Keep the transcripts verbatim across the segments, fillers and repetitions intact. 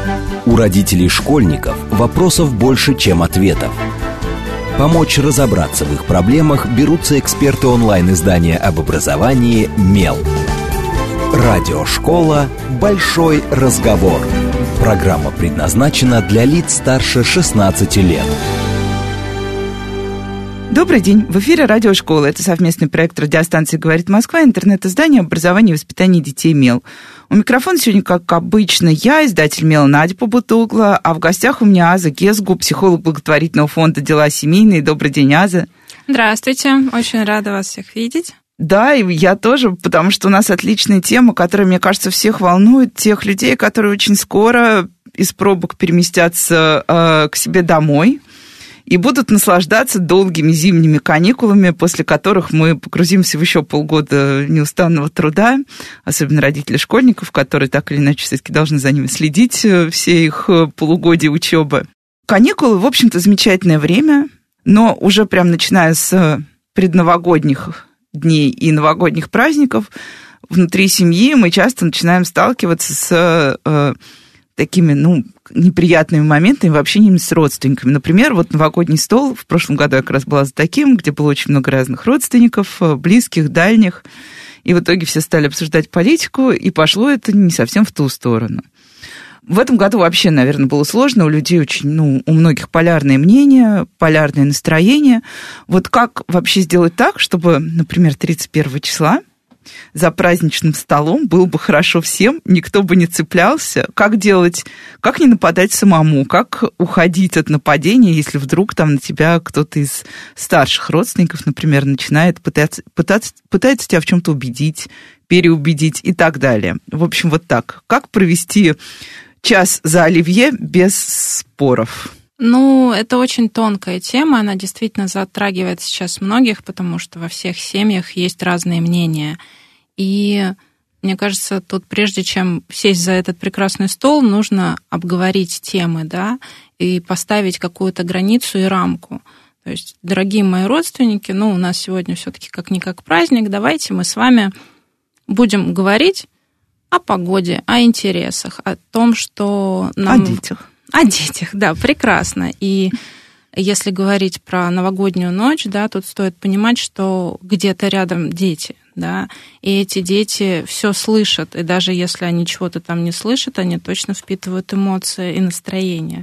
У родителей школьников вопросов больше, чем ответов. Помочь разобраться в их проблемах берутся эксперты онлайн-издания об образовании «Мел». Радиошкола «Большой разговор». Программа предназначена для лиц старше шестнадцати лет. Добрый день. В эфире «Радиошкола». Это совместный проект радиостанции «Говорит Москва», интернет-издание образования и воспитания детей «Мел». У микрофона сегодня, как обычно, я, издатель «Мела» Надя Побутугла, а в гостях у меня Аза Гезгу, психолог благотворительного фонда «Дела семейные». Добрый день, Аза. Здравствуйте. Очень рада вас всех видеть. Да, и я тоже, потому что у нас отличная тема, которая, мне кажется, всех волнует, тех людей, которые очень скоро из пробок переместятся э, к себе домой и будут наслаждаться долгими зимними каникулами, после которых мы погрузимся в еще полгода неустанного труда, особенно родители школьников, которые так или иначе все-таки должны за ними следить все их полугодия учебы. Каникулы, в общем-то, замечательное время, но уже прям начиная с предновогодних дней и новогодних праздников внутри семьи мы часто начинаем сталкиваться с э, такими, ну, неприятными моментами в общении с родственниками. Например, вот новогодний стол, в прошлом году я как раз была за таким, где было очень много разных родственников, близких, дальних, и в итоге все стали обсуждать политику, и пошло это не совсем в ту сторону. В этом году вообще, наверное, было сложно, у людей очень, ну, у многих полярные мнения, полярное настроение. Вот как вообще сделать так, чтобы, например, тридцать первого числа за праздничным столом было бы хорошо всем, никто бы не цеплялся. Как делать, как не нападать самому, как уходить от нападения, если вдруг там на тебя кто-то из старших родственников, например, начинает пытаться, пытаться, пытается тебя в чем-то убедить, переубедить и так далее. В общем, вот так. Как провести час за оливье без споров? Ну, это очень тонкая тема, она действительно затрагивает сейчас многих, потому что во всех семьях есть разные мнения. И мне кажется, тут прежде чем сесть за этот прекрасный стол, нужно обговорить темы, да, и поставить какую-то границу и рамку. То есть, дорогие мои родственники, ну, у нас сегодня все-таки как-никак праздник, давайте мы с вами будем говорить о погоде, о интересах, о том, что нам... О детях. О детях, да, прекрасно. И если говорить про новогоднюю ночь, да, тут стоит понимать, что где-то рядом дети, да, и эти дети все слышат, и даже если они чего-то там не слышат, они точно впитывают эмоции и настроение.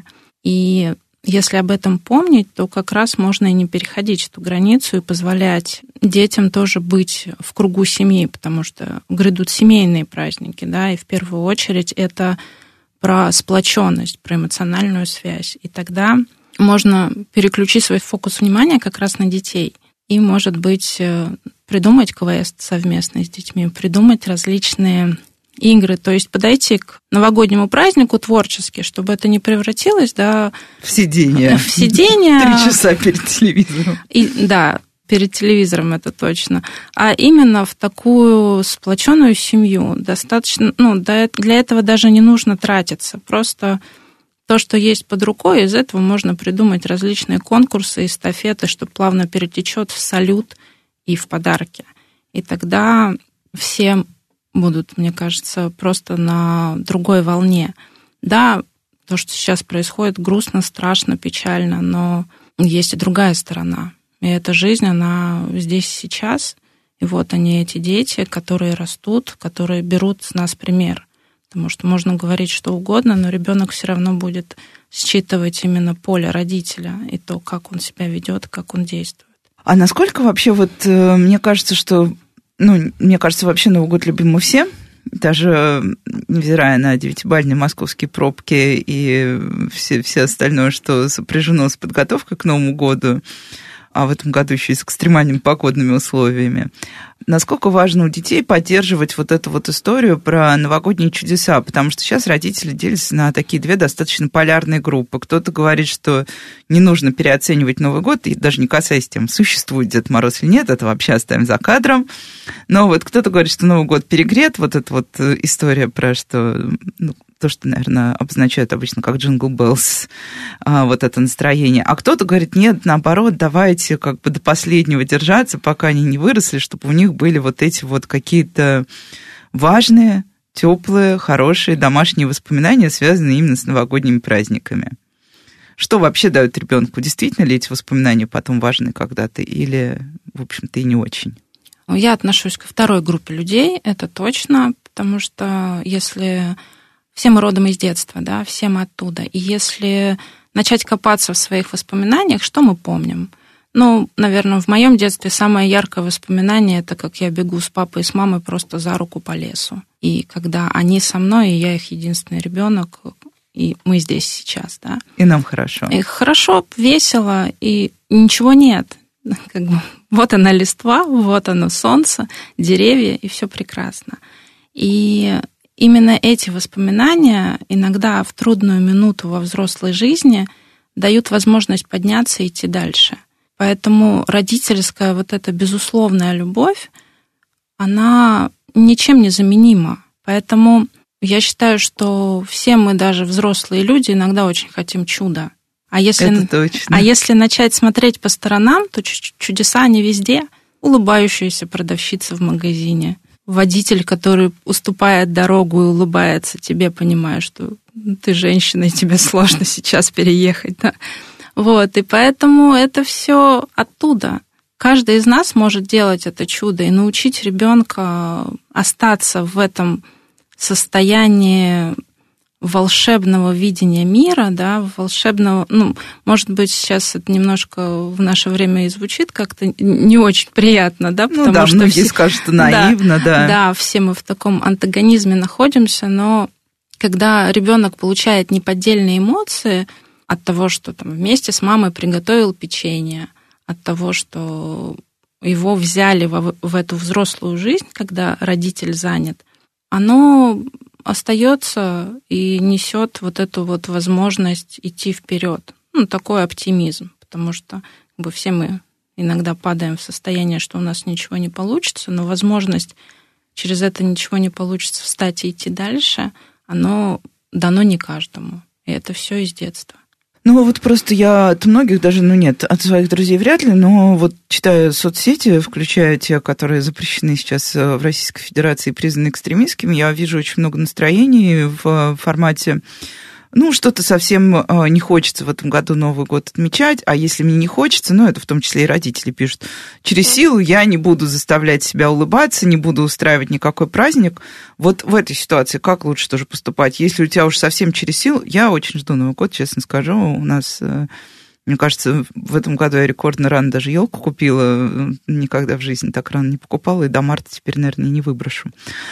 И если об этом помнить, то как раз можно и не переходить эту границу и позволять детям тоже быть в кругу семьи, потому что грядут семейные праздники, да, и в первую очередь это про сплоченность, про эмоциональную связь. И тогда можно переключить свой фокус внимания как раз на детей. И, может быть, придумать квест совместно с детьми, придумать различные игры, то есть подойти к новогоднему празднику творчески, чтобы это не превратилось, да, в сидение. В сидение. Три часа перед телевизором. И, да, перед телевизором это точно, а именно в такую сплоченную семью. Достаточно, ну, для этого даже не нужно тратиться. Просто то, что есть под рукой, из этого можно придумать различные конкурсы, эстафеты, что плавно перетечет в салют и в подарки. И тогда все будут, мне кажется, просто на другой волне. Да, то, что сейчас происходит, грустно, страшно, печально, но есть и другая сторона. И эта жизнь, она здесь сейчас. И вот они, эти дети, которые растут, которые берут с нас пример. Потому что можно говорить что угодно, но ребенок все равно будет считывать именно поле родителя и то, как он себя ведет, как он действует. А насколько вообще, вот мне кажется, что, ну, мне кажется, вообще Новый год любим мы все, даже невзирая на девятибалльные московские пробки и все, все остальное, что сопряжено с подготовкой к Новому году, а в этом году еще и с экстремальными погодными условиями. Насколько важно у детей поддерживать вот эту вот историю про новогодние чудеса, потому что сейчас родители делятся на такие две достаточно полярные группы. Кто-то говорит, что не нужно переоценивать Новый год, и даже не касаясь тем, существует Дед Мороз или нет, это вообще оставим за кадром. Но вот кто-то говорит, что Новый год перегрет, вот эта вот история про что... Ну, то, что, наверное, обозначают обычно как джингл беллс, вот это настроение. А кто-то говорит, нет, наоборот, давайте как бы до последнего держаться, пока они не выросли, чтобы у них были вот эти вот какие-то важные, теплые, хорошие домашние воспоминания, связанные именно с новогодними праздниками. Что вообще дают ребенку? Действительно ли эти воспоминания потом важны когда-то или, в общем-то, и не очень? Я отношусь ко второй группе людей, это точно, потому что если все мы родом из детства, да, все мы оттуда, и если начать копаться в своих воспоминаниях, что мы помним? Ну, наверное, в моем детстве самое яркое воспоминание — это как я бегу с папой и с мамой просто за руку по лесу. И когда они со мной, и я их единственный ребенок, и мы здесь сейчас, да. И нам хорошо. И хорошо, весело, и ничего нет. Как бы, вот она листва, вот оно солнце, деревья, и все прекрасно. И именно эти воспоминания иногда в трудную минуту во взрослой жизни дают возможность подняться и идти дальше. Поэтому родительская вот эта безусловная любовь, она ничем не заменима. Поэтому я считаю, что все мы, даже взрослые люди, иногда очень хотим чуда. А если, Это точно. А если начать смотреть по сторонам, то чудеса они везде. Улыбающаяся продавщица в магазине, водитель, который уступает дорогу и улыбается тебе, понимая, что ты женщина, и тебе сложно сейчас переехать, да. Вот, и поэтому это все оттуда. Каждый из нас может делать это чудо и научить ребенка остаться в этом состоянии волшебного видения мира, да, волшебного, ну, может быть, сейчас это немножко в наше время и звучит как-то не очень приятно, да, потому ну, да, что многие все, скажут наивно, да, да. Да, все мы в таком антагонизме находимся, но когда ребенок получает неподдельные эмоции от того, что там вместе с мамой приготовил печенье, от того, что его взяли в, в эту взрослую жизнь, когда родитель занят, оно остается и несет вот эту вот возможность идти вперед. Ну, такой оптимизм, потому что как бы, все мы иногда падаем в состояние, что у нас ничего не получится, но возможность через это ничего не получится встать и идти дальше, оно дано не каждому. И это все из детства. Ну, вот просто я от многих даже, ну нет, от своих друзей вряд ли, но вот читая соцсети, включая те, которые запрещены сейчас в Российской Федерации и признаны экстремистскими, я вижу очень много настроений в формате, ну, что-то совсем не хочется в этом году Новый год отмечать, а если мне не хочется, ну, это в том числе и родители пишут, через силу я не буду заставлять себя улыбаться, не буду устраивать никакой праздник. Вот в этой ситуации как лучше тоже поступать? Если у тебя уж совсем через силу, я очень жду Новый год, честно скажу, у нас... Мне кажется, в этом году я рекордно рано даже елку купила, никогда в жизни так рано не покупала, и до марта теперь, наверное, не выброшу.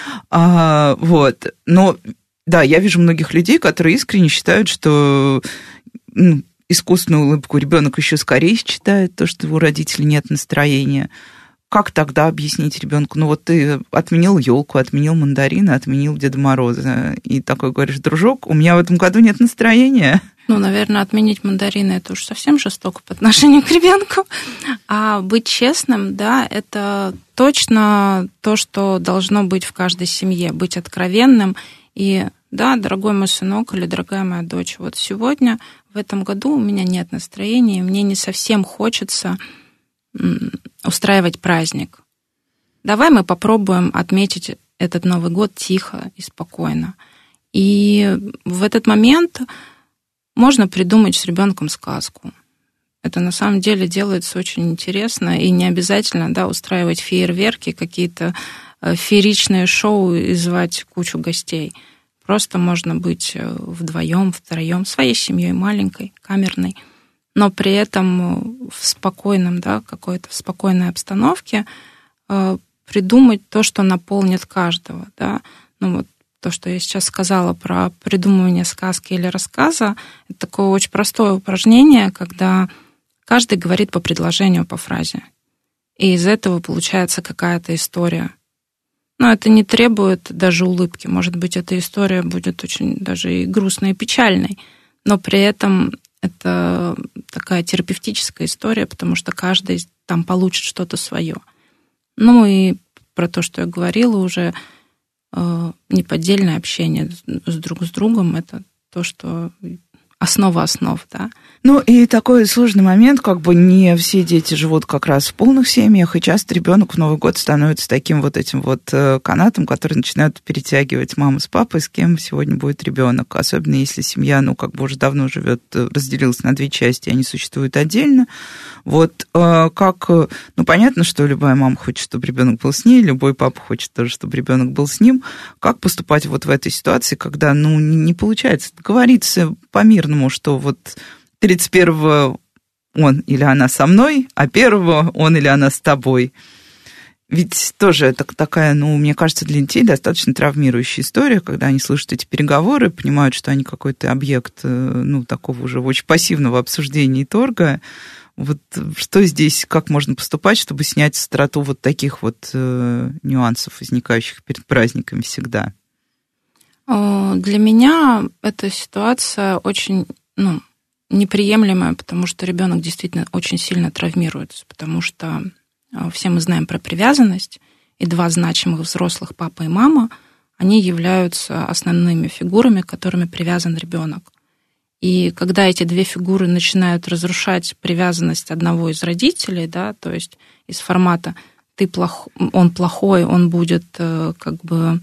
А, вот, но... Да, я вижу многих людей, которые искренне считают, что ну, искусственную улыбку ребенок еще скорее считает, то, что у родителей нет настроения. Как тогда объяснить ребенку? Ну вот ты отменил елку, отменил мандарины, отменил Деда Мороза. И такой говоришь, дружок, у меня в этом году нет настроения. Ну, наверное, отменить мандарины – это уж совсем жестоко по отношению к ребенку. А быть честным, да, это точно то, что должно быть в каждой семье. Быть откровенным. И да, дорогой мой сынок или дорогая моя дочь, вот сегодня, в этом году у меня нет настроения, мне не совсем хочется устраивать праздник. Давай мы попробуем отметить этот Новый год тихо и спокойно. И в этот момент можно придумать с ребенком сказку. Это на самом деле делается очень интересно, и не обязательно, да, устраивать фейерверки, какие-то фееричное шоу и звать кучу гостей. Просто можно быть вдвоем, втроем, своей семьей маленькой, камерной, но при этом в спокойном, да, какой-то в спокойной обстановке придумать то, что наполнит каждого, да. Ну вот то, что я сейчас сказала про придумывание сказки или рассказа, это такое очень простое упражнение, когда каждый говорит по предложению, по фразе, и из этого получается какая-то история. Но это не требует даже улыбки. Может быть, эта история будет очень даже и грустной, и печальной, но при этом это такая терапевтическая история, потому что каждый там получит что-то свое. Ну и про то, что я говорила уже, неподдельное общение с друг с другом, это то, что основа основ, да. Ну, и такой сложный момент, как бы не все дети живут как раз в полных семьях, и часто ребенок в Новый год становится таким вот этим вот канатом, который начинают перетягивать мама с папой, с кем сегодня будет ребенок. Особенно если семья, ну, как бы уже давно живет, разделилась на две части, они существуют отдельно. Вот как, ну, понятно, что любая мама хочет, чтобы ребенок был с ней, любой папа хочет тоже, чтобы ребенок был с ним. Как поступать вот в этой ситуации, когда, ну, не получается договориться по-мирному, что вот тридцать первого он или она со мной, а первого он или она с тобой. Ведь тоже это такая, ну, мне кажется, для детей достаточно травмирующая история, когда они слышат эти переговоры, понимают, что они какой-то объект, ну, такого уже очень пассивного обсуждения и торга. Вот что здесь, как можно поступать, чтобы снять остроту вот таких вот э, нюансов, возникающих перед праздниками всегда? Для меня эта ситуация очень, ну, неприемлемая, потому что ребенок действительно очень сильно травмируется, потому что все мы знаем про привязанность, и два значимых взрослых, папа и мама, они являются основными фигурами, к которым привязан ребенок. И когда эти две фигуры начинают разрушать привязанность одного из родителей, да, то есть из формата ты плох, он плохой, он будет как бы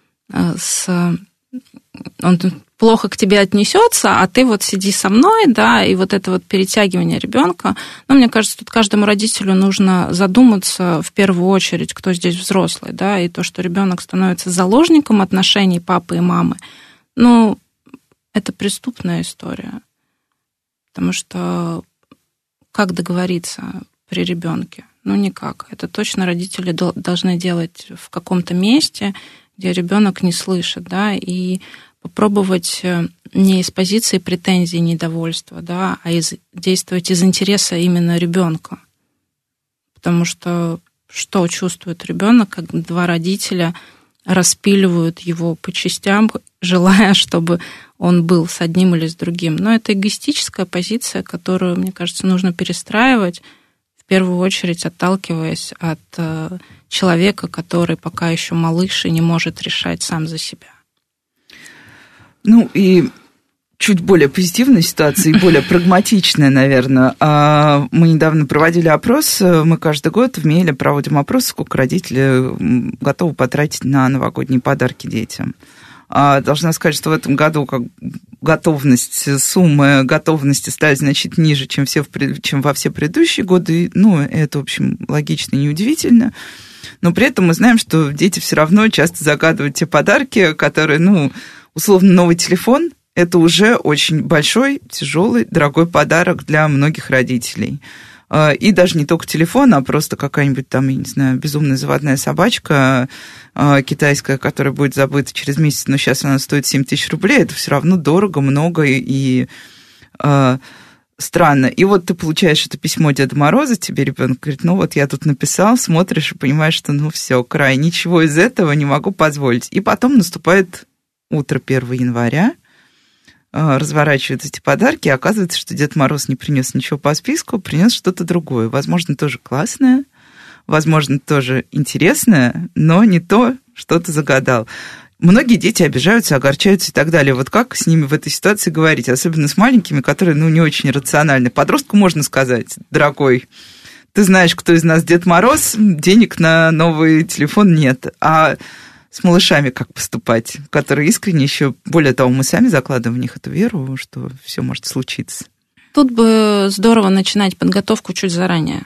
с он плохо к тебе отнесется, а ты вот сиди со мной, да, и вот это вот перетягивание ребенка, ну, мне кажется, тут каждому родителю нужно задуматься в первую очередь, кто здесь взрослый, да, и то, что ребенок становится заложником отношений папы и мамы, ну, это преступная история, потому что как договориться при ребенке? Ну, никак. Это точно родители должны делать в каком-то месте, где ребенок не слышит, да, и попробовать не из позиции претензий, недовольства, да, а из, действовать из интереса именно ребенка. Потому что что чувствует ребенок, как два родителя распиливают его по частям, желая, чтобы он был с одним или с другим. Но это эгоистическая позиция, которую, мне кажется, нужно перестраивать, в первую очередь отталкиваясь от человека, который пока еще малыш и не может решать сам за себя. Ну и чуть более позитивная ситуация и более прагматичная, наверное. Мы недавно проводили опрос, мы каждый год в Мейле проводим опрос, сколько родители готовы потратить на новогодние подарки детям. Должна сказать, что в этом году как готовность, суммы готовности стали значительно ниже, чем, все, чем во все предыдущие годы. Ну, это, в общем, логично и неудивительно. Но при этом мы знаем, что дети все равно часто загадывают те подарки, которые, ну, условно, новый телефон – это уже очень большой, тяжелый, дорогой подарок для многих родителей. И даже не только телефон, а просто какая-нибудь там, я не знаю, безумная заводная собачка китайская, которая будет забыта через месяц, но сейчас она стоит семь тысяч рублей, это все равно дорого, много и э, странно. И вот ты получаешь это письмо Деда Мороза, тебе ребенок говорит, ну вот я тут написал, смотришь и понимаешь, что ну все, край, ничего из этого не могу позволить. И потом наступает утро первого января, разворачивают эти подарки, и оказывается, что Дед Мороз не принес ничего по списку, принес что-то другое. Возможно, тоже классное, возможно, тоже интересное, но не то, что ты загадал. Многие дети обижаются, огорчаются и так далее. Вот как с ними в этой ситуации говорить? Особенно с маленькими, которые, ну, не очень рациональны. Подростку можно сказать, дорогой, ты знаешь, кто из нас Дед Мороз, денег на новый телефон нет. А с малышами как поступать, которые искренне еще, более того, мы сами закладываем в них эту веру, что все может случиться. Тут бы здорово начинать подготовку чуть заранее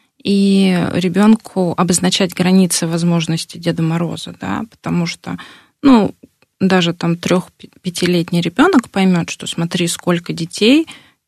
и ребенку обозначать границы возможностей Деда Мороза, да, потому что, ну, даже там трех-пятилетний ребенок поймет, что смотри, сколько детей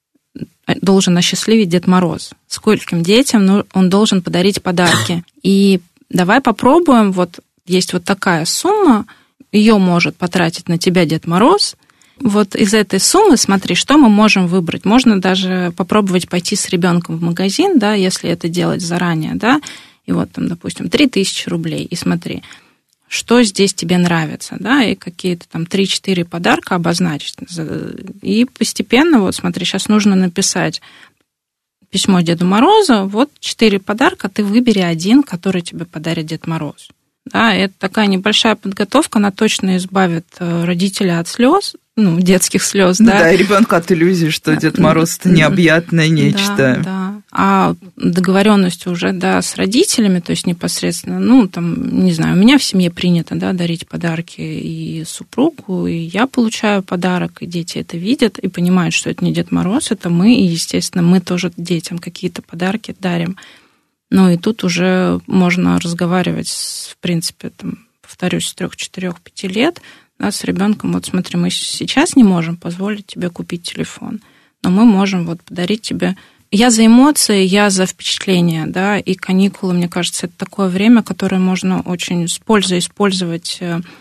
должен осчастливить Дед Мороз, скольким детям он должен подарить подарки. И давай попробуем вот есть вот такая сумма, ее может потратить на тебя Дед Мороз. Вот из этой суммы, смотри, что мы можем выбрать. Можно даже попробовать пойти с ребенком в магазин, да, если это делать заранее, да, и вот там, допустим, три тысячи рублей, и смотри, что здесь тебе нравится, да, и какие-то там три-четыре подарка обозначить. И постепенно, вот смотри, сейчас нужно написать письмо Деду Морозу, вот четыре подарка, ты выбери один, который тебе подарит Дед Мороз. Да, это такая небольшая подготовка, она точно избавит родителя от слез, ну, детских слез, ну, да. Да, и ребенку от иллюзии, что Дед Мороз это необъятное нечто. Да, да. А договоренность уже, да, с родителями, то есть непосредственно, ну, там, не знаю, у меня в семье принято, да, дарить подарки и супругу, и я получаю подарок, и дети это видят и понимают, что это не Дед Мороз, это мы, и, естественно, мы тоже детям какие-то подарки дарим. Ну, и тут уже можно разговаривать, с, в принципе, там, повторюсь, с трех, четырех, пяти лет, да, с ребенком. Вот смотри, мы сейчас не можем позволить тебе купить телефон, но мы можем вот подарить тебе. Я за эмоции, я за впечатления, да, и каникулы, мне кажется, это такое время, которое можно очень с пользой использовать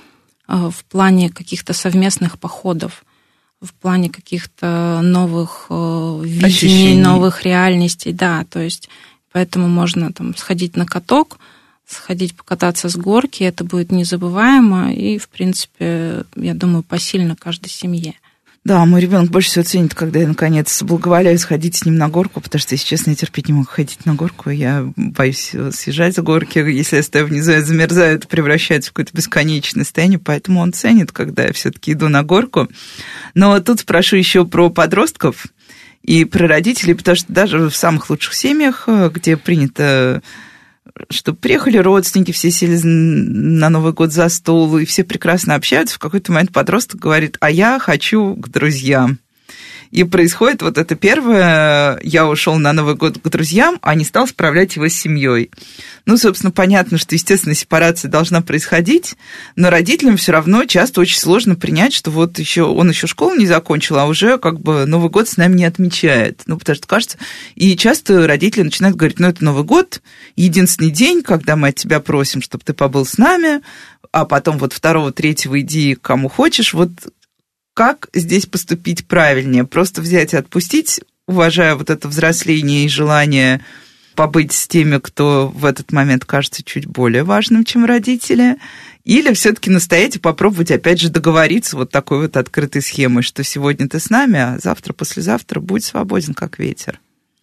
в плане каких-то совместных походов, в плане каких-то новых видений, ощущений, новых реальностей, да, то есть поэтому можно там сходить на каток, сходить покататься с горки, это будет незабываемо и, в принципе, я думаю, посильно каждой семье. Да, мой ребенок больше всего ценит, когда я, наконец, соблаговоляю сходить с ним на горку, потому что, если честно, я терпеть не могу ходить на горку, я боюсь съезжать с горки, если я стою внизу, я замерзаю, это превращается в какое-то бесконечное состояние, поэтому он ценит, когда я все-таки иду на горку. Но тут спрошу еще про подростков и про родителей, потому что даже в самых лучших семьях, где принято, чтобы приехали родственники, все сели на Новый год за стол, и все прекрасно общаются, в какой-то момент подросток говорит: а я хочу к друзьям. И происходит вот это первое: я ушел на Новый год к друзьям, а не стал справлять его с семьей. Ну, собственно, понятно, что, естественно, сепарация должна происходить, но родителям все равно часто очень сложно принять, что вот еще он еще школу не закончил, а уже как бы Новый год с нами не отмечает. Ну, потому что кажется, и часто родители начинают говорить: ну, это Новый год, единственный день, когда мы от тебя просим, чтобы ты побыл с нами, а потом вот второго, третьего иди к кому хочешь. Вот как здесь поступить правильнее? Просто взять и отпустить, уважая вот это взросление и желание побыть с теми, кто в этот момент кажется чуть более важным, чем родители? Или все-таки настоять и попробовать, опять же, договориться вот такой вот открытой схемой, что сегодня ты с нами, а завтра, послезавтра будь свободен, как ветер?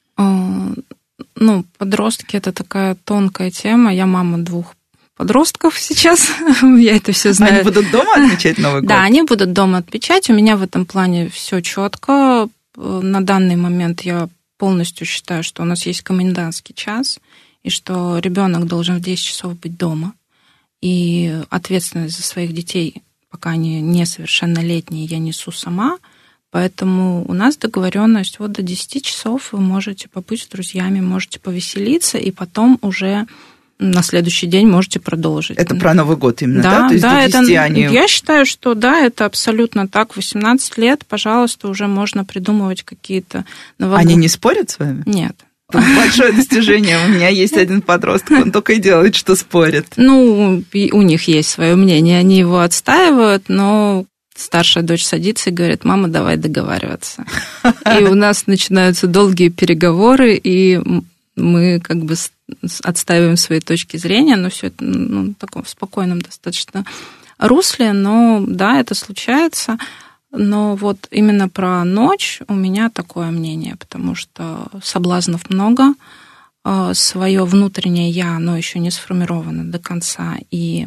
Ну, подростки – это такая тонкая тема. Я мама двух подростков сейчас, я это все знаю. Они будут дома отмечать Новый год? Да, они будут дома отмечать. У меня в этом плане все четко. На данный момент я полностью считаю, что у нас есть комендантский час, и что ребенок должен в десять часов быть дома. И ответственность за своих детей, пока они несовершеннолетние, я несу сама. Поэтому у нас договоренность: вот до десяти часов вы можете побыть с друзьями, можете повеселиться, и потом уже на следующий день можете продолжить. Это про Новый год именно, да? Да, То есть да, до десяти это, они... я считаю, что да, это абсолютно так. восемнадцать лет, пожалуйста, уже можно придумывать какие-то новогодние... Они не спорят с вами? Нет. Это большое достижение. У меня есть один подросток, он только и делает, что спорит. Ну, у них есть свое мнение, они его отстаивают, но старшая дочь садится и говорит: мама, давай договариваться. И у нас начинаются долгие переговоры, и мы как бы отстаиваем свои точки зрения, но все это, ну, в таком спокойном достаточно русле, но да, это случается. Но вот именно про ночь у меня такое мнение, потому что соблазнов много, свое внутреннее я, оно еще не сформировано до конца, и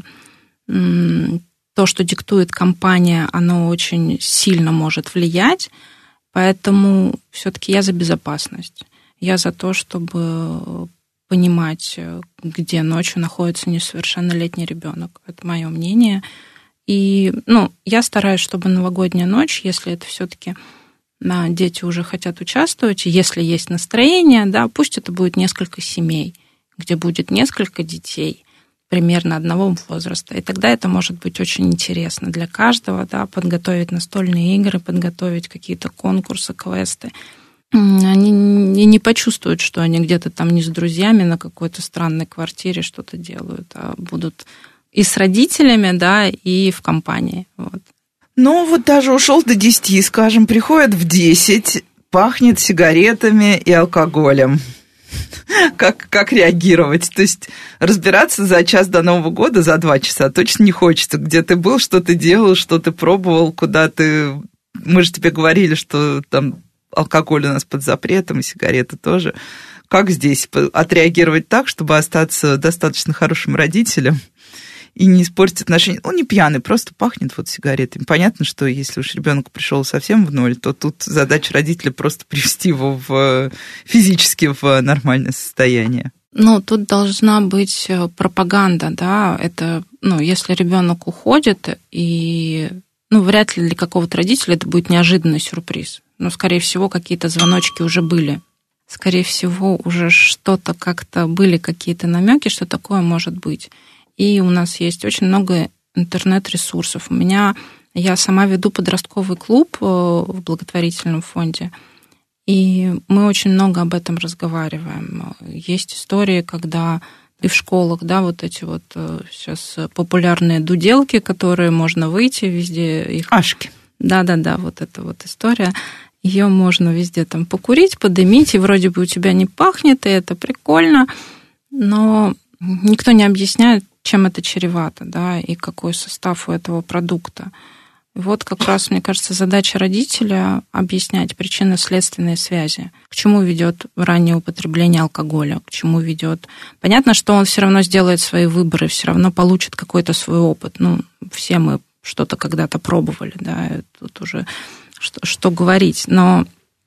то, что диктует компания, оно очень сильно может влиять, поэтому все-таки я за безопасность. Я за то, чтобы понимать, где ночью находится несовершеннолетний ребенок. Это мое мнение. И, ну, я стараюсь, чтобы новогодняя ночь, если это все-таки да, дети уже хотят участвовать, если есть настроение, да, пусть это будет несколько семей, где будет несколько детей примерно одного возраста. И тогда это может быть очень интересно для каждого, да, подготовить настольные игры, подготовить какие-то конкурсы, квесты. Они не почувствуют, что они где-то там не с друзьями на какой-то странной квартире что-то делают, а будут и с родителями, да, и в компании. Вот. Ну, вот даже ушел до десяти, скажем, приходит в десять, пахнет сигаретами и алкоголем. Как, как реагировать? То есть разбираться за час до Нового года, за два часа точно не хочется. Где ты был, что ты делал, что ты пробовал, куда ты... Мы же тебе говорили, что там алкоголь у нас под запретом, и сигареты тоже. Как здесь отреагировать так, чтобы остаться достаточно хорошим родителем и не испортить отношения. Он не пьяный, просто пахнет вот сигаретами. Понятно, что если уж ребенок пришел совсем в ноль, то тут задача родителя просто привести его в, физически в нормальное состояние. Ну, тут должна быть пропаганда, да, это, ну, если ребенок уходит, и, ну, вряд ли для какого-то родителя это будет неожиданный сюрприз. Но, скорее всего, какие-то звоночки уже были. Скорее всего, уже что-то как-то были, какие-то намеки, что такое может быть. И у нас есть очень много интернет-ресурсов. У меня, я сама веду подростковый клуб в благотворительном фонде, и мы очень много об этом разговариваем. Есть истории, когда и в школах, да, вот эти вот сейчас популярные дуделки, которые можно выйти везде. Их... Ашки. Да-да-да, вот эта вот история. Ее можно везде там покурить, подымить, и вроде бы у тебя не пахнет, и это прикольно, но никто не объясняет, чем это чревато, да, и какой состав у этого продукта. И вот как раз, мне кажется, задача родителя объяснять причинно-следственные связи. К чему ведет раннее употребление алкоголя, к чему ведет. Понятно, что он все равно сделает свои выборы, все равно получит какой-то свой опыт. Ну, все мы что-то когда-то пробовали, да, тут уже что, что говорить. Но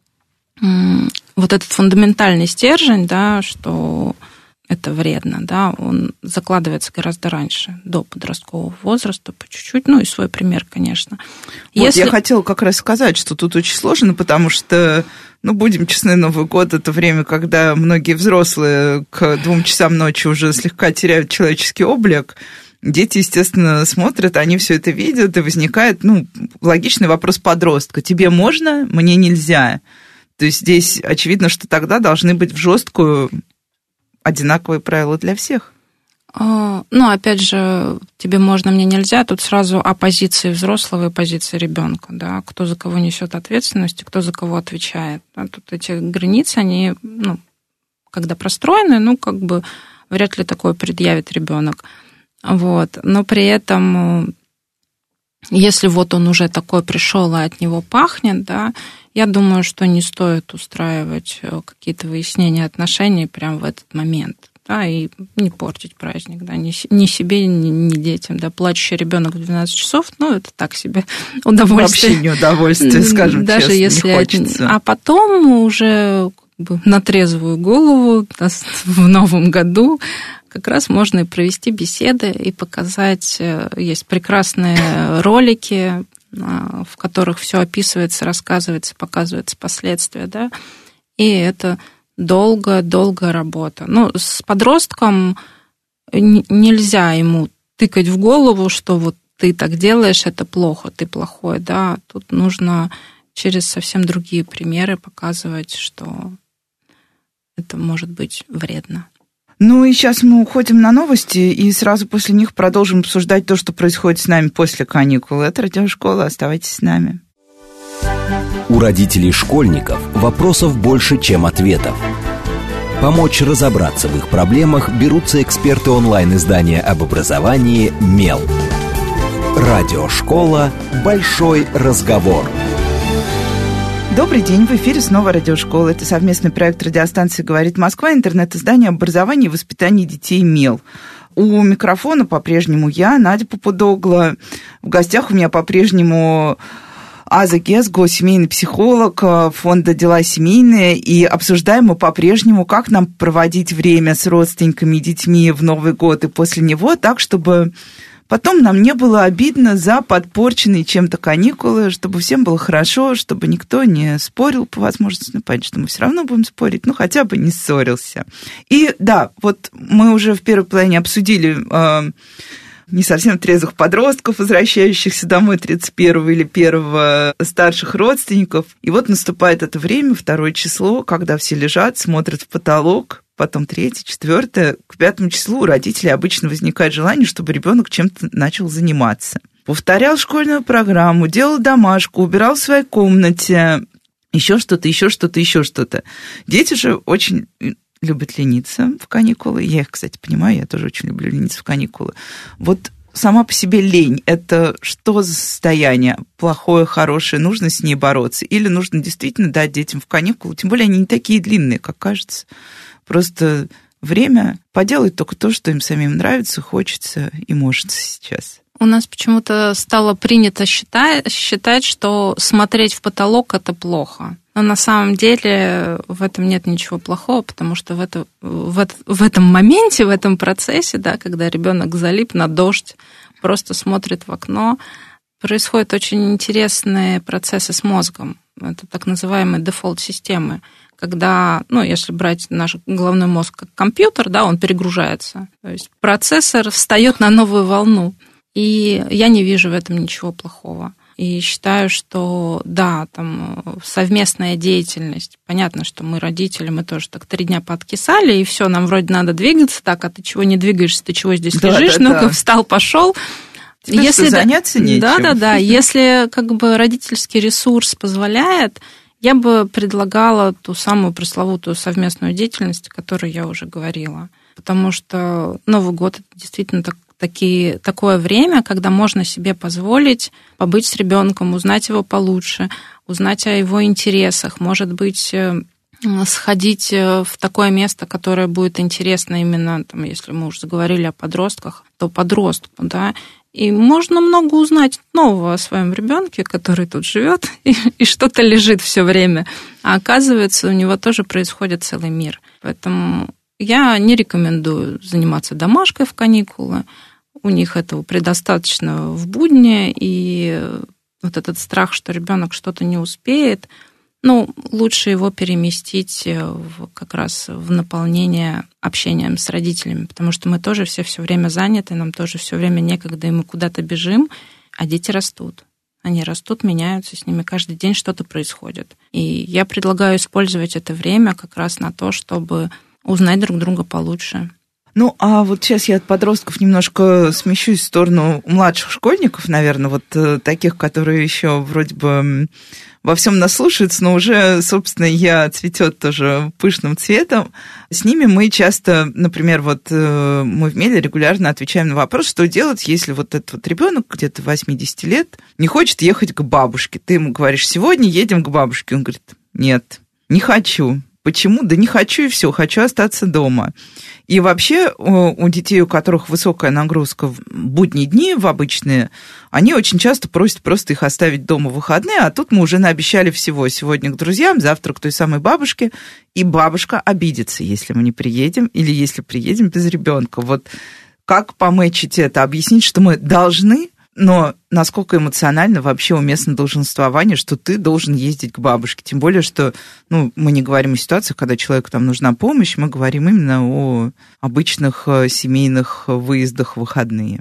м- вот этот фундаментальный стержень, да, что это вредно, да, он закладывается гораздо раньше, до подросткового возраста, по чуть-чуть, ну и свой пример, конечно. Вот Если... я хотела как раз сказать, что тут очень сложно, потому что, ну, будем честны, Новый год – это время, когда многие взрослые к двум часам ночи уже слегка теряют человеческий облик. Дети, естественно, смотрят, они все это видят, и возникает, ну, логичный вопрос подростка. Тебе можно, мне нельзя. То есть здесь очевидно, что тогда должны быть в жесткую одинаковые правила для всех. Ну, опять же, тебе можно, мне нельзя. Тут сразу о позиции взрослого и позиции ребенка, да, кто за кого несет ответственность, кто за кого отвечает. Да, тут эти границы, они, ну, когда простроены, ну, как бы вряд ли такое предъявит ребенок. Вот. Но при этом, если вот он уже такой пришел, и от него пахнет, да, я думаю, что не стоит устраивать какие-то выяснения отношений прямо в этот момент, да, и не портить праздник, да, ни, ни себе, ни, ни детям, да, плачущий ребенок в двенадцать часов, ну, это так себе удовольствие. Вообще не удовольствие, скажем даже честно, если не хочется. А потом уже как бы на трезвую голову в новом году как раз можно и провести беседы, и показать. Есть прекрасные ролики, в которых все описывается, рассказывается, показывается последствия, да, и это долгая-долгая работа. Ну, с подростком нельзя ему тыкать в голову, что вот ты так делаешь, это плохо, ты плохой, да, тут нужно через совсем другие примеры показывать, что это может быть вредно. Ну и сейчас мы уходим на новости, и сразу после них продолжим обсуждать то, что происходит с нами после каникул. Это радиошкола, оставайтесь с нами. У родителей школьников вопросов больше, чем ответов. Помочь разобраться в их проблемах берутся эксперты онлайн-издания об образовании «Мел». Радиошкола «Большой разговор». Добрый день, в эфире снова радиошкола. Это совместный проект радиостанции «Говорит Москва», интернет-издание об образовании и воспитании детей «Мел». У микрофона по-прежнему я, Надя Попудогла. В гостях у меня по-прежнему Аза Гезго, семейный психолог фонда «Дела семейные». И обсуждаем мы по-прежнему, как нам проводить время с родственниками и детьми в Новый год и после него, так, чтобы потом нам не было обидно за подпорченные чем-то каникулы, чтобы всем было хорошо, чтобы никто не спорил по возможности. Ну, понятно, что мы все равно будем спорить, но хотя бы не ссорился. И да, вот мы уже в первой половине обсудили э, не совсем трезвых подростков, возвращающихся домой тридцать первого или первого, старших родственников. И вот наступает это время, второе число, когда все лежат, смотрят в потолок, потом третье, четвертое. К пятому числу у родителей обычно возникает желание, чтобы ребенок чем-то начал заниматься. Повторял школьную программу, делал домашку, убирал в своей комнате, еще что-то, еще что-то, еще что-то. Дети же очень любят лениться в каникулы. Я их, кстати, понимаю, я тоже очень люблю лениться в каникулы. Вот сама по себе лень – это что за состояние? Плохое, хорошее, нужно с ней бороться? Или нужно действительно дать детям в каникулы? Тем более они не такие длинные, как кажется. Просто время поделать только то, что им самим нравится, хочется и может сейчас. У нас почему-то стало принято считать, считать, что смотреть в потолок – это плохо. Но на самом деле в этом нет ничего плохого, потому что в, это, в, в этом моменте, в этом процессе, да, когда ребенок залип на дождь, просто смотрит в окно, происходят очень интересные процессы с мозгом. Это так называемые дефолт-системы. Когда, ну, если брать наш головной мозг как компьютер, да, он перегружается. То есть процессор встает на новую волну. И я не вижу в этом ничего плохого. И считаю, что да, там совместная деятельность. Понятно, что мы родители, мы тоже так три дня пооткисали, и все, нам вроде надо двигаться, так, а ты чего не двигаешься, ты чего здесь да, лежишь, да, ну-ка, да. Встал, пошел. Тебе если заняться нечем. Да, да, да. Если как бы родительский ресурс позволяет, я бы предлагала ту самую пресловутую совместную деятельность, о которой я уже говорила. Потому что Новый год – это действительно так, такие, такое время, когда можно себе позволить побыть с ребенком, узнать его получше, узнать о его интересах, может быть, сходить в такое место, которое будет интересно именно, там, если мы уже заговорили о подростках, то подростку, да, и можно много узнать нового о своем ребенке, который тут живет и, и что-то лежит все время. А оказывается, у него тоже происходит целый мир. Поэтому я не рекомендую заниматься домашкой в каникулы. У них этого предостаточно в будни, и вот этот страх, что ребенок что-то не успеет, ну, лучше его переместить в, как раз в наполнение общением с родителями, потому что мы тоже все все время заняты, нам тоже все время некогда, и мы куда-то бежим, а дети растут. Они растут, меняются, с ними каждый день что-то происходит. И я предлагаю использовать это время как раз на то, чтобы узнать друг друга получше. Ну, а вот сейчас я от подростков немножко смещусь в сторону младших школьников, наверное, вот таких, которые еще вроде бы во всем наслушаются, но уже, собственно, я цветет тоже пышным цветом. С ними мы часто, например, вот мы в Меле регулярно отвечаем на вопрос, что делать, если вот этот вот ребенок где-то восемьдесят лет не хочет ехать к бабушке. Ты ему говоришь, сегодня едем к бабушке. Он говорит, нет, не хочу. Почему? Да не хочу и все, хочу остаться дома. И вообще у детей, у которых высокая нагрузка в будние дни, в обычные, они очень часто просят просто их оставить дома в выходные, а тут мы уже наобещали всего. Сегодня к друзьям, завтра к той самой бабушке, и бабушка обидится, если мы не приедем, или если приедем без ребенка. Вот как пометчить это, объяснить, что мы должны, но насколько эмоционально вообще уместно долженствование, что ты должен ездить к бабушке. Тем более, что ну, мы не говорим о ситуациях, когда человеку там нужна помощь, мы говорим именно о обычных семейных выездах в выходные.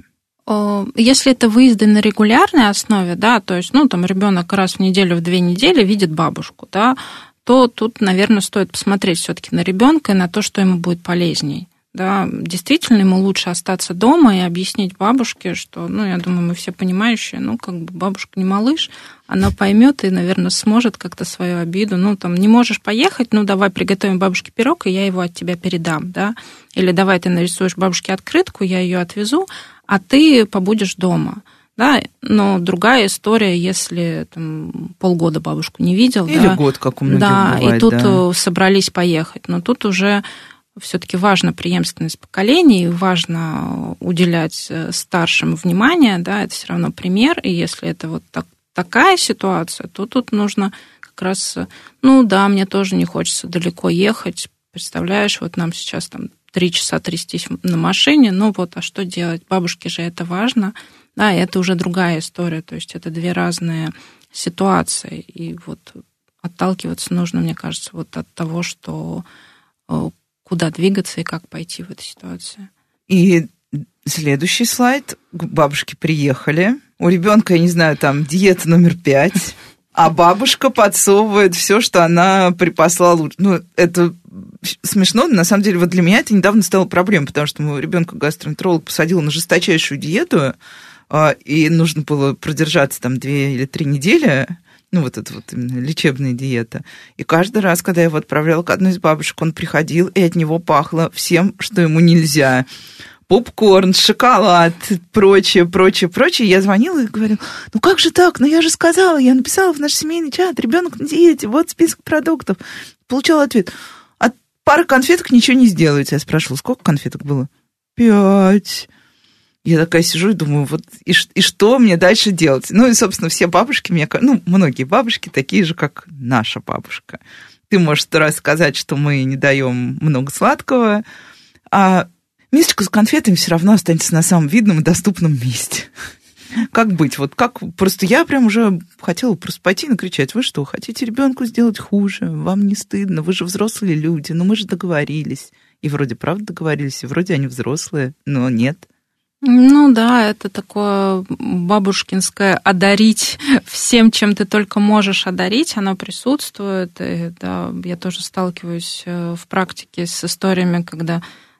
Если это выезды на регулярной основе, да, то есть, ну, там ребенок раз в неделю, в две недели видит бабушку, да, то тут, наверное, стоит посмотреть все-таки на ребенка и на то, что ему будет полезней. Да, действительно, ему лучше остаться дома и объяснить бабушке, что, ну, я думаю, мы все понимающие, ну, как бы бабушка не малыш, она поймет и, наверное, сможет как-то свою обиду, ну, там, не можешь поехать, ну, давай приготовим бабушке пирог, и я его от тебя передам, да, или давай ты нарисуешь бабушке открытку, я ее отвезу, а ты побудешь дома. Да, но другая история, если там, полгода бабушку не видел. Или да, год, как у многих да, бывает. И тут да. собрались поехать. Но тут уже все-таки важна преемственность поколений, важно уделять старшим внимание, да, это все равно пример, и если это вот так, такая ситуация, то тут нужно как раз, ну да, мне тоже не хочется далеко ехать, представляешь, вот нам сейчас там три часа трястись на машине, ну вот, а что делать? Бабушке же это важно, да, и это уже другая история, то есть это две разные ситуации, и вот отталкиваться нужно, мне кажется, вот от того, что куда двигаться и как пойти в этой ситуации. И следующий слайд. К бабушке приехали. У ребенка, я не знаю, там диета номер пять, а бабушка подсовывает все, что она припасла лучше. Ну, это смешно, но на самом деле вот для меня это недавно стало проблемой, потому что моего ребенка гастроэнтеролог посадил на жесточайшую диету, и нужно было продержаться там две или три недели. Ну, вот это вот именно лечебная диета. И каждый раз, когда я его отправляла к одной из бабушек, он приходил, и от него пахло всем, что ему нельзя. Попкорн, шоколад, прочее, прочее, прочее. Я звонила и говорила, ну как же так? Ну я же сказала, я написала в наш семейный чат, ребенок на диете, вот список продуктов. Получала ответ, а пара конфеток ничего не сделают. Я спрашивала, сколько конфеток было? Пять. Я такая сижу и думаю, вот и, и что мне дальше делать? Ну и, собственно, все бабушки, мне, ну, многие бабушки такие же, как наша бабушка. Ты можешь сто раз сказать, что мы не даем много сладкого, а мисочка с конфетами все равно останется на самом видном и доступном месте. Как быть? Вот как? Просто я прям уже хотела просто пойти и накричать. Вы что, хотите ребенку сделать хуже? Вам не стыдно? Вы же взрослые люди. Ну мы же договорились. И вроде правда договорились, и вроде они взрослые, но нет. Ну да, это такое бабушкинское одарить всем, чем ты только можешь одарить, оно присутствует. И, да, я тоже сталкиваюсь в практике с историями, когда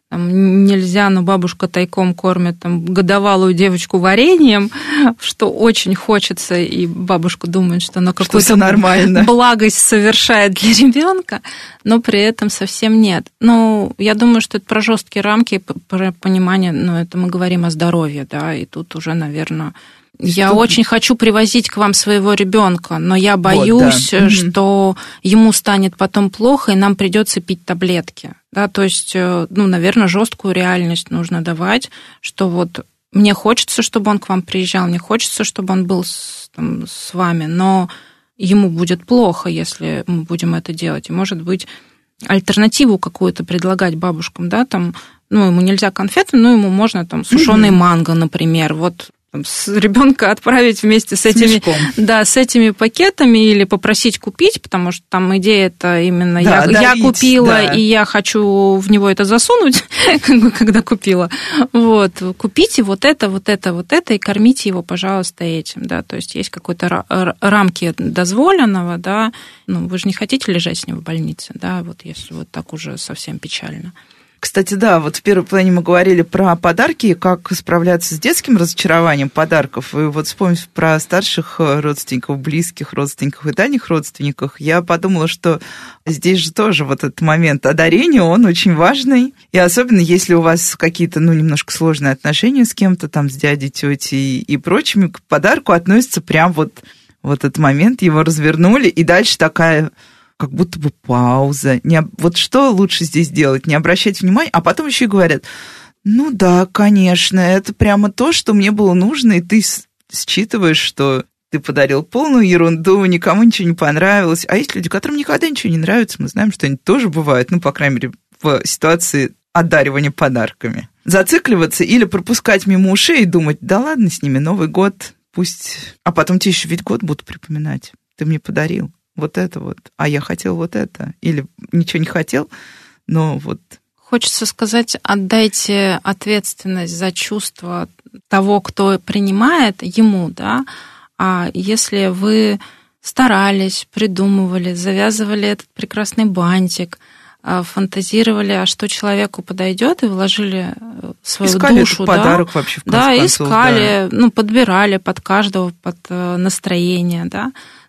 там нельзя, но бабушка тайком кормит там годовалую девочку вареньем, что очень хочется, и бабушка думает, что она какую-то благость совершает для ребенка, но при этом совсем нет. Ну, я думаю, что это про жесткие рамки, про понимание, ну, это мы говорим о здоровье, да, и тут уже, наверное... Я что? Очень хочу привозить к вам своего ребенка, но я боюсь, вот, да. что ему станет потом плохо, и нам придется пить таблетки. Да, то есть, ну, наверное, жесткую реальность нужно давать, что вот мне хочется, чтобы он к вам приезжал, мне хочется, чтобы он был с, там, с вами, но ему будет плохо, если мы будем это делать. И, может быть, альтернативу какую-то предлагать бабушкам, да, там, ну, ему нельзя конфеты, но ему можно там сушеный манго, например, вот. С ребенка отправить вместе с этими, с да, с этими пакетами или попросить купить, потому что там идея-то именно да, я, дарить, я купила, да. и я хочу в него это засунуть, когда купила. Вот, купите вот это, вот это, вот это, и кормите его, пожалуйста, этим. Да. То есть есть какой-то рамки дозволенного, да. Ну, вы же не хотите лежать с ним в больнице, да, вот если вот так уже совсем печально. Кстати, да, вот в первой плане мы говорили про подарки, как справляться с детским разочарованием подарков. И вот вспомнив про старших родственников, близких родственников и дальних родственников, я подумала, что здесь же тоже вот этот момент одарения, он очень важный. И особенно, если у вас какие-то, ну, немножко сложные отношения с кем-то, там, с дядей, тетей и прочими, к подарку относится прям вот, вот этот момент, его развернули, и дальше такая... как будто бы пауза. Не, вот что лучше здесь делать? Не обращать внимания, а потом еще и говорят, ну да, конечно, это прямо то, что мне было нужно, и ты считываешь, что ты подарил полную ерунду, никому ничего не понравилось. А есть люди, которым никогда ничего не нравится, мы знаем, что они тоже бывают, ну, по крайней мере, в ситуации одаривания подарками. Зацикливаться или пропускать мимо ушей и думать, да ладно с ними, Новый год, пусть... А потом тебе еще ведь год будут припоминать. Ты мне подарил. Вот это вот, а я хотел вот это, или ничего не хотел, но вот... Хочется сказать, отдайте ответственность за чувства того, кто принимает, ему, да, а если вы старались, придумывали, завязывали этот прекрасный бантик, фантазировали, а что человеку подойдет, и вложили свою искали душу, этот подарок да, вообще в конце да, концов, искали, да. ну, подбирали под каждого, под настроение, да,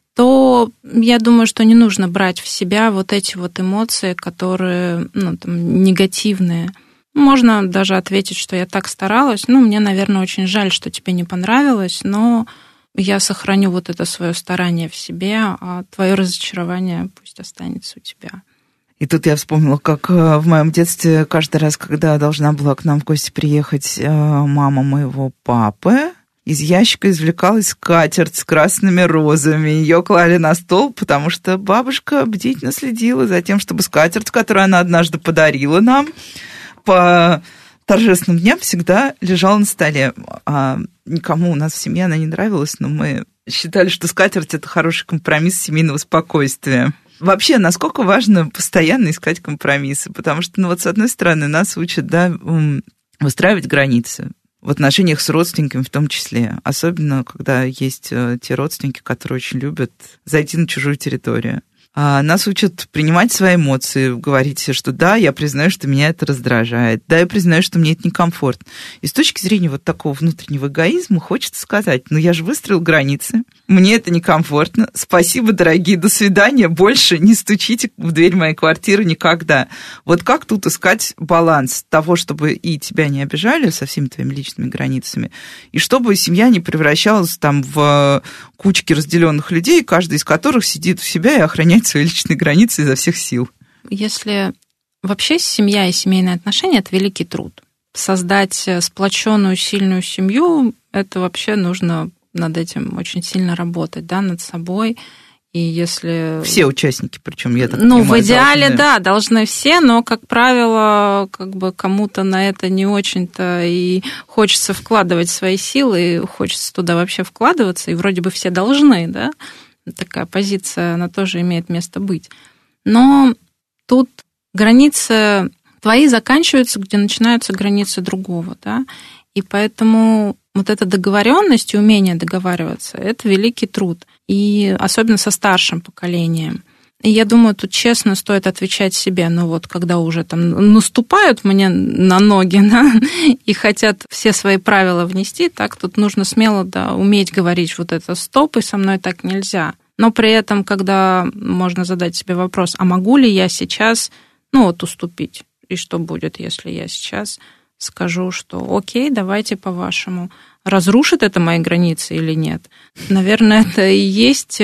то я думаю, что не нужно брать в себя вот эти вот эмоции, которые, ну, там, негативные. Можно даже ответить, что я так старалась. Ну, мне, наверное, очень жаль, что тебе не понравилось, но я сохраню вот это свое старание в себе, а твое разочарование пусть останется у тебя. И тут я вспомнила, как в моем детстве каждый раз, когда должна была к нам в гости приехать мама моего папы, из ящика извлекалась скатерть с красными розами. Ее клали на стол, потому что бабушка бдительно следила за тем, чтобы скатерть, которую она однажды подарила нам, по торжественным дням всегда лежала на столе. А никому у нас в семье она не нравилась, но мы считали, что скатерть – это хороший компромисс семейного спокойствия. Вообще, насколько важно постоянно искать компромиссы, потому что, ну вот, с одной стороны, нас учат, да, выстраивать границы, в отношениях с родственниками в том числе. Особенно, когда есть те родственники, которые очень любят зайти на чужую территорию. А нас учат принимать свои эмоции, говорить себе, что да, я признаю, что меня это раздражает, да, я признаю, что мне это некомфортно. И с точки зрения вот такого внутреннего эгоизма хочется сказать, ну я же выстроил границы, мне это некомфортно, спасибо, дорогие, до свидания, больше не стучите в дверь моей квартиры никогда. Вот как тут искать баланс того, чтобы и тебя не обижали со всеми твоими личными границами, и чтобы семья не превращалась там в кучки разделенных людей, каждый из которых сидит в себя и охраняет свои личные границы изо всех сил. Если Вообще семья и семейные отношения – это великий труд. Создать сплоченную, сильную семью – это вообще нужно над этим очень сильно работать, да, над собой. И если... Все участники, причем я так ну, понимаю, в идеале, должны... да, должны все, но, как правило, как бы кому-то на это не очень-то и хочется вкладывать свои силы, и хочется туда вообще вкладываться, и вроде бы все должны, да, такая позиция, она тоже имеет место быть. Но тут границы твои заканчиваются, где начинаются границы другого, да, и поэтому вот эта договоренность и умение договариваться – это великий труд, и особенно со старшим поколением. И я думаю, тут честно стоит отвечать себе, ну вот когда уже там наступают мне на ноги, да, и хотят все свои правила внести, так тут нужно смело, да, уметь говорить вот это «стоп», и со мной так нельзя. Но при этом, когда можно задать себе вопрос, а могу ли я сейчас, ну вот, уступить? И что будет, если я сейчас скажу, что окей, давайте по-вашему, разрушит это мои границы или нет? Наверное, это и есть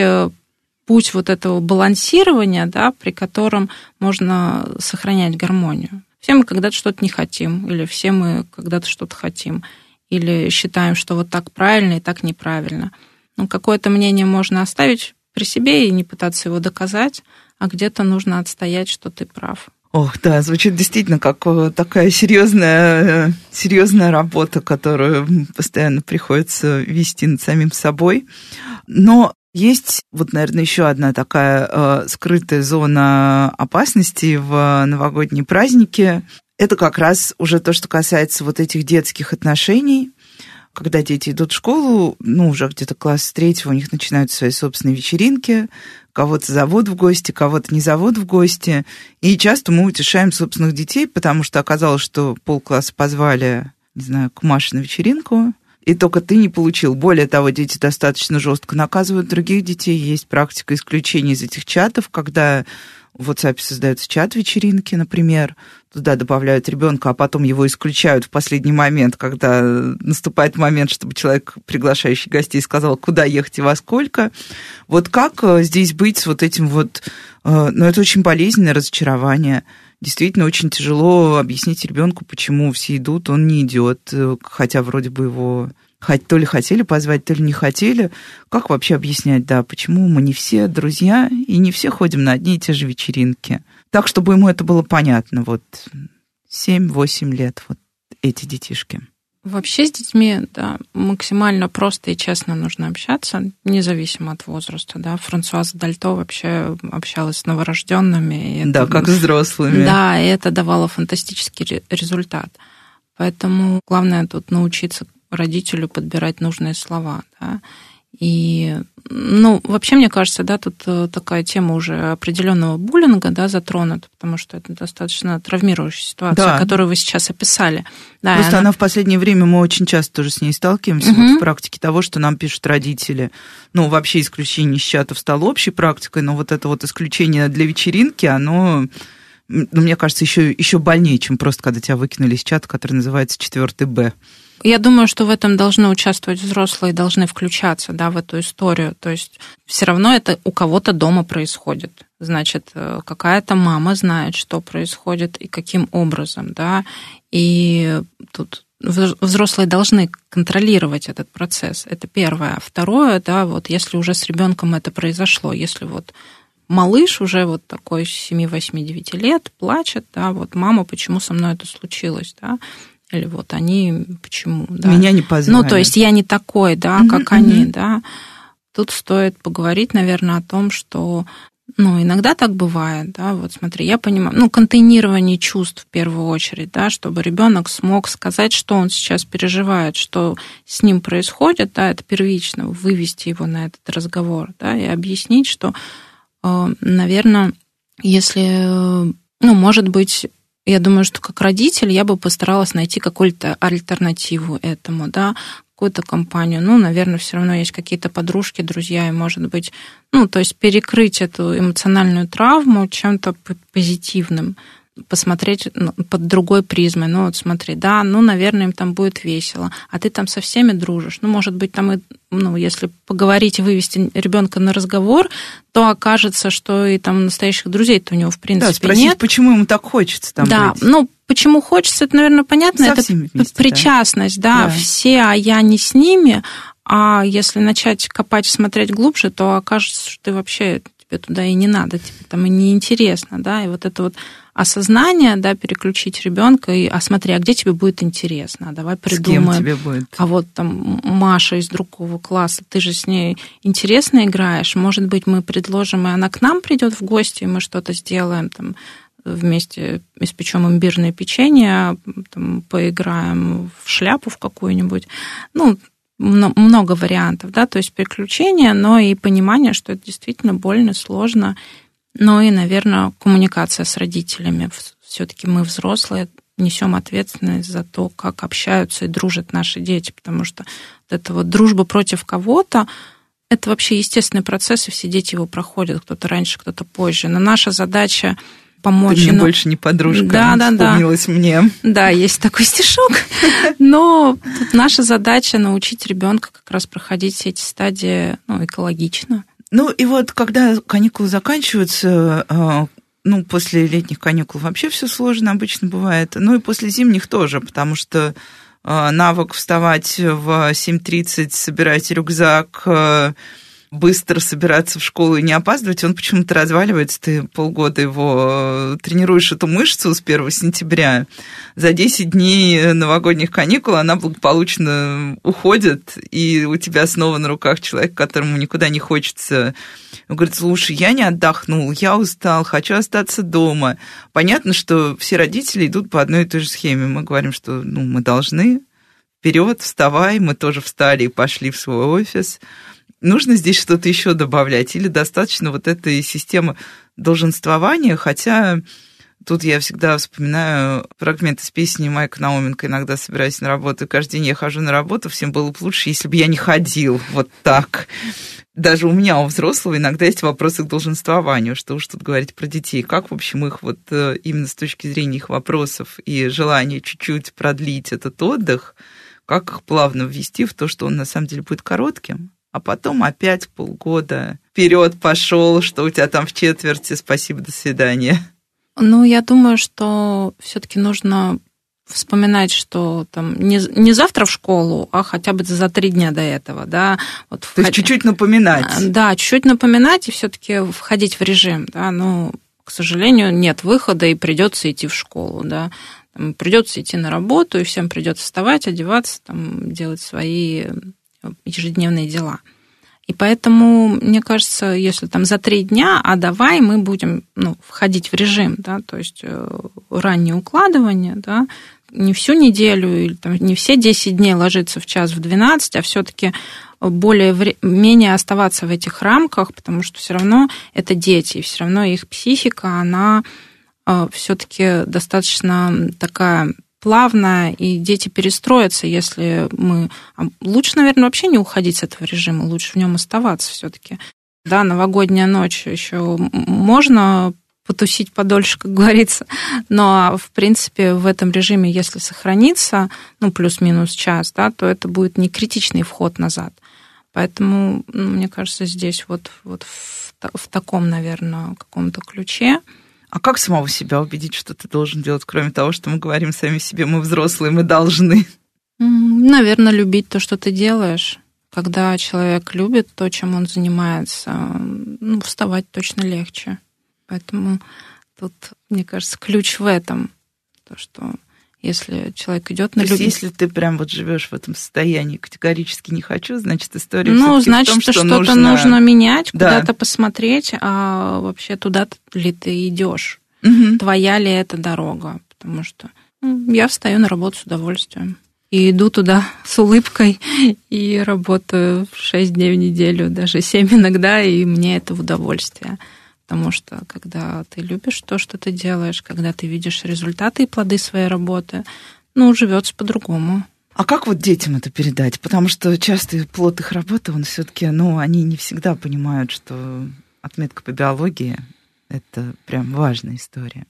путь вот этого балансирования, да, при котором можно сохранять гармонию. Все мы когда-то что-то не хотим, или все мы когда-то что-то хотим, или считаем, что вот так правильно и так неправильно. Ну, какое-то мнение можно оставить при себе и не пытаться его доказать, а где-то нужно отстоять, что ты прав. Ох, да, звучит действительно как такая серьезная, серьезная работа, которую постоянно приходится вести над самим собой. Но есть вот, наверное, еще одна такая э, скрытая зона опасности в новогодние праздники. Это как раз уже то, что касается вот этих детских отношений. Когда дети идут в школу, ну, уже где-то класс с третьего, у них начинаются свои собственные вечеринки, кого-то зовут в гости, кого-то не зовут в гости. И часто мы утешаем собственных детей, потому что оказалось, что полкласса позвали, не знаю, к Маше на вечеринку, и только ты не получил. Более того, дети достаточно жестко наказывают других детей. Есть практика исключения из этих чатов, когда в WhatsApp создается чат вечеринки, например, туда добавляют ребенка, а потом его исключают в последний момент, когда наступает момент, чтобы человек, приглашающий гостей, сказал, куда ехать и во сколько. Вот как здесь быть с вот этим вот... Ну, это очень болезненное разочарование. Действительно, очень тяжело объяснить ребенку, почему все идут, он не идет, хотя вроде бы его... то ли хотели позвать, то ли не хотели. Как вообще объяснять, да, почему мы не все друзья и не все ходим на одни и те же вечеринки? Так, чтобы ему это было понятно. Вот семь-восемь лет вот эти детишки. Вообще с детьми, да, максимально просто и честно нужно общаться, независимо от возраста, да. Франсуаза Дальто вообще общалась с новорожденными. И да, это, как с взрослыми. Да, и это давало фантастический результат. Поэтому главное тут научиться родителю подбирать нужные слова, да. И, ну, вообще, мне кажется, да, тут такая тема уже определенного буллинга, да, затронута, потому что это достаточно травмирующая ситуация, да, которую вы сейчас описали. Да, просто она... она в последнее время, мы очень часто тоже с ней сталкиваемся, угу. вот в практике того, что нам пишут родители. Ну, вообще исключение из чатов стало общей практикой, но вот это вот исключение для вечеринки, оно... Ну, мне кажется, еще, еще больнее, чем просто когда тебя выкинули из чата, который называется четвертый Б. Я думаю, что в этом должны участвовать взрослые, должны включаться, да, в эту историю. То есть все равно это у кого-то дома происходит. Значит, какая-то мама знает, что происходит и каким образом, да. И тут взрослые должны контролировать этот процесс. Это первое. А второе, да, вот если уже с ребенком это произошло, если вот малыш уже вот такой семь, восемь, девять лет плачет, да, вот мама, почему со мной это случилось, да. Или вот они, почему, да. Меня не позвали. Ну, то есть я не такой, да, как mm-hmm. они, да. Тут стоит поговорить, наверное, о том, что, ну, иногда так бывает, да, вот смотри, я понимаю, ну, контейнирование чувств в первую очередь, да, чтобы ребенок смог сказать, что он сейчас переживает, что с ним происходит, да, это первично, вывести его на этот разговор, да, и объяснить, что, наверное, если, ну, может быть, я думаю, что как родитель я бы постаралась найти какую-то альтернативу этому, да, какую-то компанию. Ну, наверное, все равно есть какие-то подружки, друзья, и, может быть, ну, то есть перекрыть эту эмоциональную травму чем-то позитивным. посмотреть под другой призмой. Ну, вот смотри, да, ну, наверное, им там будет весело, а ты там со всеми дружишь. Ну, может быть, там и, ну, если поговорить и вывести ребенка на разговор, то окажется, что и там настоящих друзей-то у него, в принципе, да, спросить, нет. почему ему так хочется там да, быть. Да, ну, почему хочется, это, наверное, понятно. Со это вместе, причастность, да. Да, да, все, а я не с ними. А если начать копать, смотреть глубже, то окажется, что ты вообще, тебе туда и не надо, тебе там и неинтересно, да, и вот это вот осознание, да, переключить ребенка и, а смотри, а где тебе будет интересно, давай придумаем. С кем тебе будет? А вот там Маша из другого класса, ты же с ней интересно играешь, может быть, мы предложим, и она к нам придет в гости, и мы что-то сделаем, там, вместе испечем имбирное печенье, там, поиграем в шляпу в какую-нибудь, ну, много вариантов, да, то есть переключение, но и понимание, что это действительно больно, сложно, но и, наверное, коммуникация с родителями. Все-таки мы, взрослые, несем ответственность за то, как общаются и дружат наши дети, потому что вот эта вот дружба против кого-то, это вообще естественный процесс, и все дети его проходят, кто-то раньше, кто-то позже. Но наша задача помочь. Ты мне ну, больше не подружка, да, да, вспомнилась да. мне. Да, есть такой стишок. Но тут наша задача научить ребенка как раз проходить все эти стадии, ну, экологично. Ну, и вот когда каникулы заканчиваются, ну, после летних каникул вообще все сложно обычно бывает, ну, и после зимних тоже, потому что навык вставать в семь тридцать, собирать рюкзак, быстро собираться в школу и не опаздывать, он почему-то разваливается. Ты полгода его тренируешь, эту мышцу с первого сентября. За десять дней новогодних каникул она благополучно уходит, и у тебя снова на руках человек, которому никуда не хочется. Он говорит, слушай, я не отдохнул, я устал, хочу остаться дома. Понятно, что все родители идут по одной и той же схеме. Мы говорим, что ну, мы должны, вперед, вставай, мы тоже встали и пошли в свой офис. Нужно здесь что-то еще добавлять или достаточно вот этой системы долженствования, хотя тут я всегда вспоминаю фрагмент из песни Майка Науменко «Иногда собираюсь на работу, и каждый день я хожу на работу, всем было бы лучше, если бы я не ходил вот так». Даже у меня, у взрослого, иногда есть вопросы к долженствованию, что уж тут говорить про детей. Как, в общем, их вот именно с точки зрения их вопросов и желания чуть-чуть продлить этот отдых, как их плавно ввести в то, что он на самом деле будет коротким, а потом опять полгода вперед пошел, что у тебя там в четверти, спасибо, до свидания. Ну, я думаю, что все-таки нужно вспоминать, что там не, не завтра в школу, а хотя бы за три дня до этого, да. Вот То вход... есть чуть-чуть напоминать. Да, чуть-чуть напоминать и все-таки входить в режим, да. Ну, к сожалению, нет выхода и придется идти в школу, да. Придется идти на работу, и всем придется вставать, одеваться, там, делать свои ежедневные дела. И поэтому, мне кажется, если там за три дня, а давай мы будем ну, входить в режим, да, то есть раннее укладывание, да, не всю неделю или там, не все десять дней ложиться в час в двенадцать, а все-таки более-менее оставаться в этих рамках, потому что все равно это дети, и все равно их психика, она все-таки достаточно такая плавно, и дети перестроятся, если мы... Лучше, наверное, вообще не уходить с этого режима, лучше в нем оставаться все-таки. Да, новогодняя ночь еще можно потусить подольше, как говорится, но, в принципе, в этом режиме, если сохраниться, ну, плюс-минус час, да, то это будет не критичный вход назад. Поэтому, ну, мне кажется, здесь вот, вот в, в таком, наверное, каком-то ключе. А как самого себя убедить, что ты должен делать, кроме того, что мы говорим сами себе, мы взрослые, мы должны? Наверное, любить то, что ты делаешь. Когда человек любит то, чем он занимается, ну, вставать точно легче. Поэтому тут, мне кажется, ключ в этом. То, что если человек идет на любовь... То есть, если ты прям вот живешь в этом состоянии, категорически не хочу, значит, история ну, значит, в том, что что-то нужно... нужно менять, да. Куда-то посмотреть, а вообще туда ли ты идешь, угу. Твоя ли это дорога, потому что ну, я встаю на работу с удовольствием и иду туда с улыбкой и работаю шесть дней в неделю, даже семь иногда, и мне это в удовольствие. Потому что когда ты любишь то, что ты делаешь, когда ты видишь результаты и плоды своей работы, ну, живется по-другому. А как вот детям это передать? Потому что часто плод их работы, он все-таки, ну, они не всегда понимают, что отметка по биологии – это прям важная история.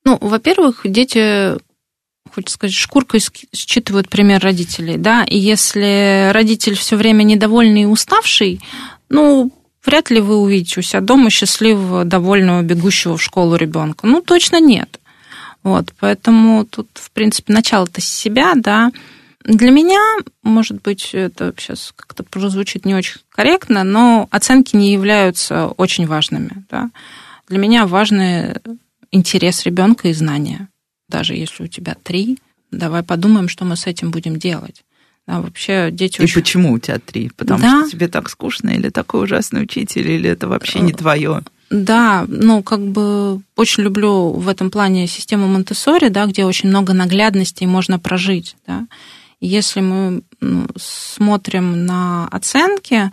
Ну, во-первых, дети, хочется сказать, шкуркой считывают пример родителей, да, и если родитель все время недовольный и уставший, ну, вряд ли вы увидите у себя дома счастливого, довольного, бегущего в школу ребенка. Ну, точно нет. Вот, поэтому тут, в принципе, начало-то с себя, да. Для меня, может быть, это сейчас как-то прозвучит не очень корректно, но оценки не являются очень важными, да. Для меня важны интерес ребенка и знания. Даже если у тебя три, давай подумаем, что мы с этим будем делать. Да, вообще дети и очень... почему у тебя три? Потому да. что тебе так скучно, или такой ужасный учитель, или это вообще не твое? Да, ну, как бы очень люблю в этом плане систему Монтессори, да, где очень много наглядностей можно прожить, да. Если мы ну, смотрим на оценки,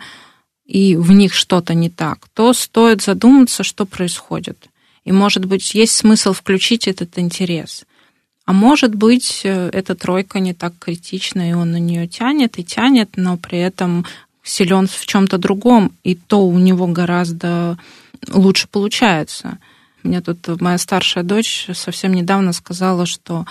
и в них что-то не так, то стоит задуматься, что происходит. И, может быть, есть смысл включить этот интерес. А может быть, эта тройка не так критична, и он на нее тянет и тянет, но при этом силен в чем-то другом, и то у него гораздо лучше получается. Мне тут моя старшая дочь совсем недавно сказала, что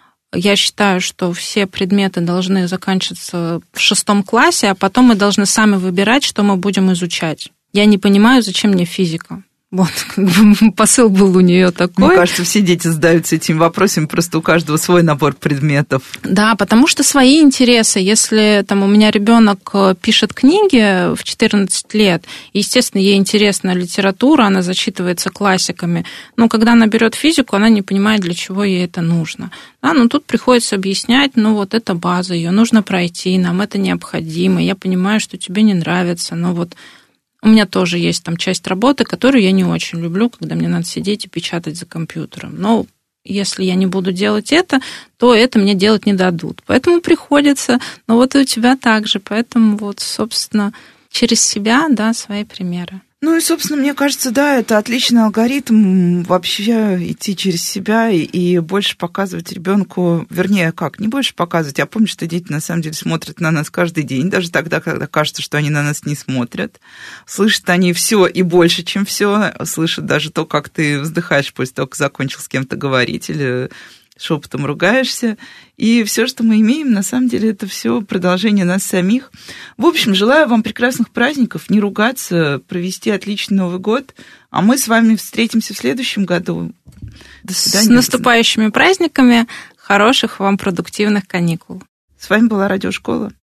я считаю, что все предметы должны заканчиваться в шестом классе, а потом мы должны сами выбирать, что мы будем изучать. Я не понимаю, зачем мне физика. Вот, как бы посыл был у нее такой. Мне кажется, все дети задаются этим вопросом, просто у каждого свой набор предметов. Да, потому что свои интересы. Если там у меня ребенок пишет книги в четырнадцать лет, естественно, ей интересна литература, она зачитывается классиками, но когда она берет физику, она не понимает, для чего ей это нужно. Да, но тут приходится объяснять, ну вот это база, ее нужно пройти, нам это необходимо. Я понимаю, что тебе не нравится, но вот у меня тоже есть там часть работы, которую я не очень люблю, когда мне надо сидеть и печатать за компьютером. Но если я не буду делать это, то это мне делать не дадут. Поэтому приходится. Но вот и у тебя так же. Поэтому вот, собственно, через себя, да, свои примеры. Ну и, собственно, мне кажется, да, это отличный алгоритм вообще идти через себя и, и больше показывать ребенку, вернее, как, не больше показывать, я помню, что дети на самом деле смотрят на нас каждый день, даже тогда, когда кажется, что они на нас не смотрят. Слышат они все и больше, чем все, слышат даже то, как ты вздыхаешь после того, как закончил с кем-то говорить или шепотом ругаешься. И все, что мы имеем, на самом деле, это все продолжение нас самих. В общем, желаю вам прекрасных праздников, не ругаться, провести отличный Новый год. А мы с вами встретимся в следующем году. До свидания. С наступающими праздниками. Хороших вам продуктивных каникул. С вами была Радиошкола.